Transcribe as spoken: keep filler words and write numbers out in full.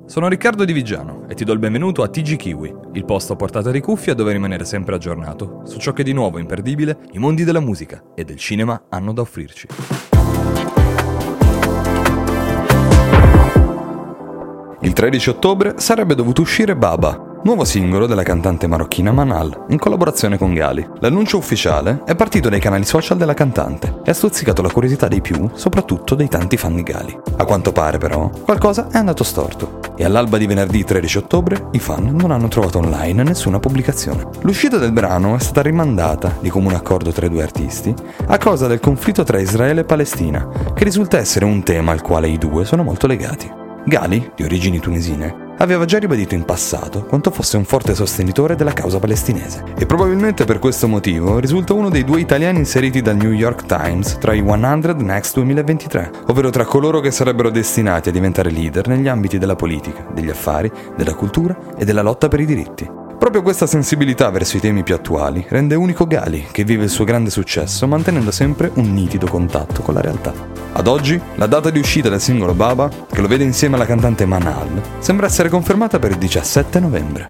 Sono Riccardo Di Vigiano e ti do il benvenuto a T G Kiwi, il posto a portata di cuffia dove rimanere sempre aggiornato su ciò che di nuovo e imperdibile i mondi della musica e del cinema hanno da offrirci. Il tredici ottobre sarebbe dovuto uscire Baba, nuovo singolo della cantante marocchina Manal, in collaborazione con Gali. L'annuncio ufficiale è partito dai canali social della cantante e ha stuzzicato la curiosità dei più, soprattutto dei tanti fan di Gali. A quanto pare, però, qualcosa è andato storto e all'alba di venerdì tredici ottobre i fan non hanno trovato online nessuna pubblicazione. L'uscita del brano è stata rimandata, di comune accordo tra i due artisti, a causa del conflitto tra Israele e Palestina, che risulta essere un tema al quale i due sono molto legati. Gali, di origini tunisine, aveva già ribadito in passato quanto fosse un forte sostenitore della causa palestinese e probabilmente per questo motivo risulta uno dei due italiani inseriti dal New York Times tra i cento Next duemilaventitré, ovvero tra coloro che sarebbero destinati a diventare leader negli ambiti della politica, degli affari, della cultura e della lotta per i diritti. Proprio questa sensibilità verso i temi più attuali rende unico Gali, che vive il suo grande successo mantenendo sempre un nitido contatto con la realtà. Ad oggi, la data di uscita del singolo Baba, che lo vede insieme alla cantante Manal, sembra essere confermata per il diciassette novembre.